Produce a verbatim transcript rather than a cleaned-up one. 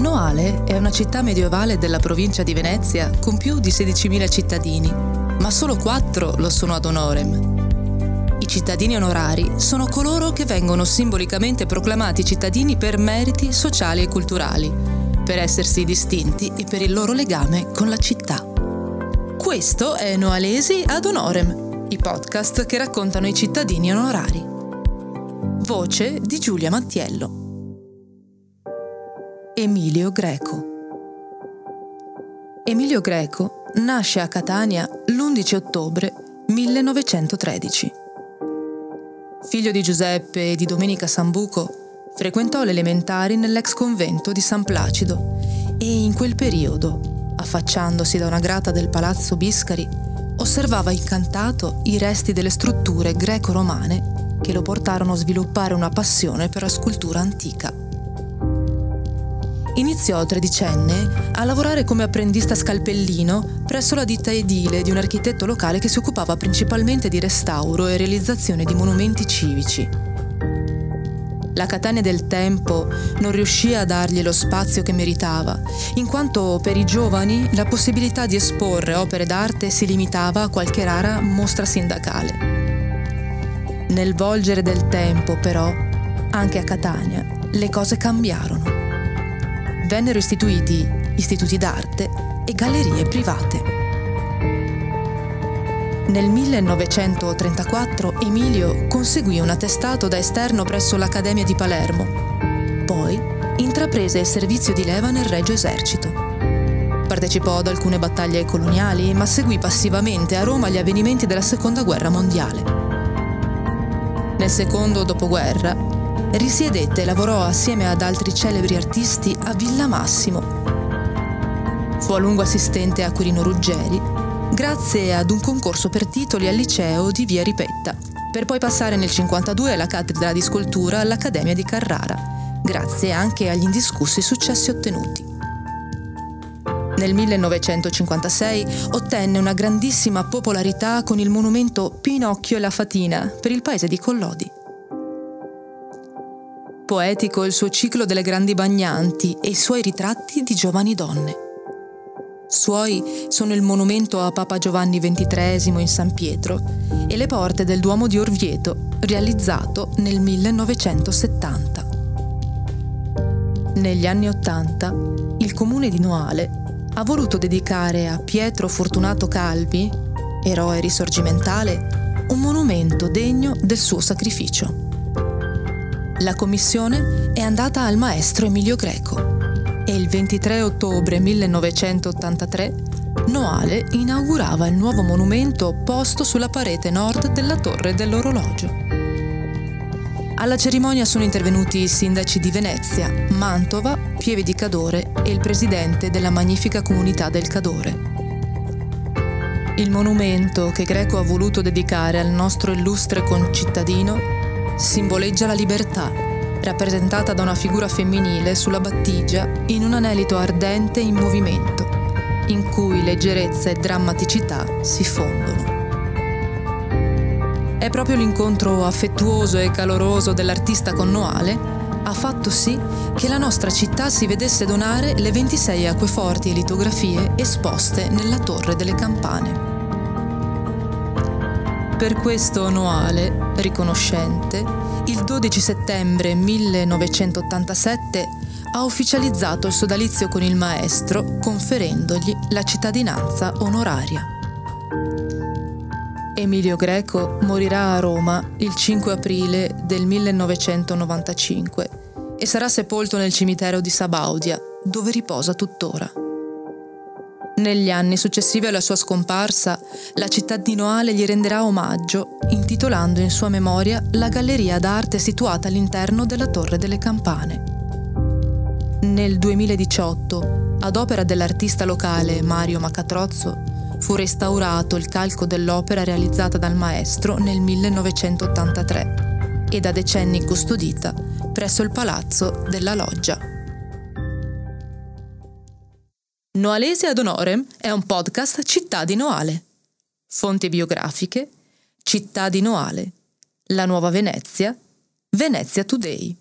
Noale è una città medievale della provincia di Venezia con più di sedicimila cittadini, ma solo quattro lo sono ad honorem. I cittadini onorari sono coloro che vengono simbolicamente proclamati cittadini per meriti sociali e culturali, per essersi distinti e per il loro legame con la città. Questo è Noalesi ad honorem, i podcast che raccontano i cittadini onorari. Voce di Giulia Mattiello. Emilio Greco. Emilio Greco nasce a Catania l'undici ottobre millenovecentotredici. Figlio di Giuseppe e di Domenica Sambuco, frequentò le elementari nell'ex convento di San Placido e in quel periodo, affacciandosi da una grata del Palazzo Biscari, osservava incantato i resti delle strutture greco-romane che lo portarono a sviluppare una passione per la scultura antica. Iniziò tredicenne a lavorare come apprendista scalpellino presso la ditta edile di un architetto locale che si occupava principalmente di restauro e realizzazione di monumenti civici. La Catania del tempo non riuscì a dargli lo spazio che meritava, in quanto per i giovani la possibilità di esporre opere d'arte si limitava a qualche rara mostra sindacale. Nel volgere del tempo, però, anche a Catania le cose cambiarono. Vennero istituiti istituti d'arte e gallerie private. Nel millenovecentotrentaquattro Emilio conseguì un attestato da esterno presso l'Accademia di Palermo. Poi intraprese il servizio di leva nel Regio Esercito. Partecipò ad alcune battaglie coloniali, ma seguì passivamente a Roma gli avvenimenti della Seconda Guerra Mondiale. Nel secondo dopoguerra risiedette e lavorò assieme ad altri celebri artisti a Villa Massimo. Fu a lungo assistente a Quirino Ruggeri, grazie ad un concorso per titoli al liceo di Via Ripetta, per poi passare nel cinquantadue alla cattedra di scultura all'Accademia di Carrara, grazie anche agli indiscussi successi ottenuti. Nel millenovecentocinquantasei ottenne una grandissima popolarità con il monumento Pinocchio e la Fatina per il paese di Collodi. Poetico il suo ciclo delle grandi bagnanti e i suoi ritratti di giovani donne. Suoi sono il monumento a Papa Giovanni ventitreesimo in San Pietro e le porte del Duomo di Orvieto, realizzato nel millenovecentosettanta. Negli anni Ottanta, il comune di Noale ha voluto dedicare a Pietro Fortunato Calvi, eroe risorgimentale, un monumento degno del suo sacrificio. La commissione è andata al maestro Emilio Greco e il ventitré ottobre millenovecentottantatré Noale inaugurava il nuovo monumento posto sulla parete nord della Torre dell'Orologio. Alla cerimonia sono intervenuti i sindaci di Venezia, Mantova, Pieve di Cadore e il presidente della magnifica comunità del Cadore. Il monumento che Greco ha voluto dedicare al nostro illustre concittadino simboleggia la libertà, rappresentata da una figura femminile sulla battigia in un anelito ardente in movimento, in cui leggerezza e drammaticità si fondono. È proprio l'incontro affettuoso e caloroso dell'artista con Noale ha fatto sì che la nostra città si vedesse donare le ventisei acqueforti e litografie esposte nella Torre delle Campane. Per questo Noale, riconoscente, il dodici settembre millenovecentottantasette ha ufficializzato il sodalizio con il maestro, conferendogli la cittadinanza onoraria. Emilio Greco morirà a Roma il cinque aprile del millenovecentonovantacinque e sarà sepolto nel cimitero di Sabaudia, dove riposa tuttora. Negli anni successivi alla sua scomparsa, la città di Noale gli renderà omaggio, intitolando in sua memoria la galleria d'arte situata all'interno della Torre delle Campane. Nel duemiladiciotto, ad opera dell'artista locale Mario Macatrozzo, fu restaurato il calco dell'opera realizzata dal maestro nel millenovecentottantatré e da decenni custodita presso il Palazzo della Loggia. Noalesi ad honorem è un podcast Città di Noale. Fonti biografiche: Città di Noale, La Nuova Venezia, Venezia Today.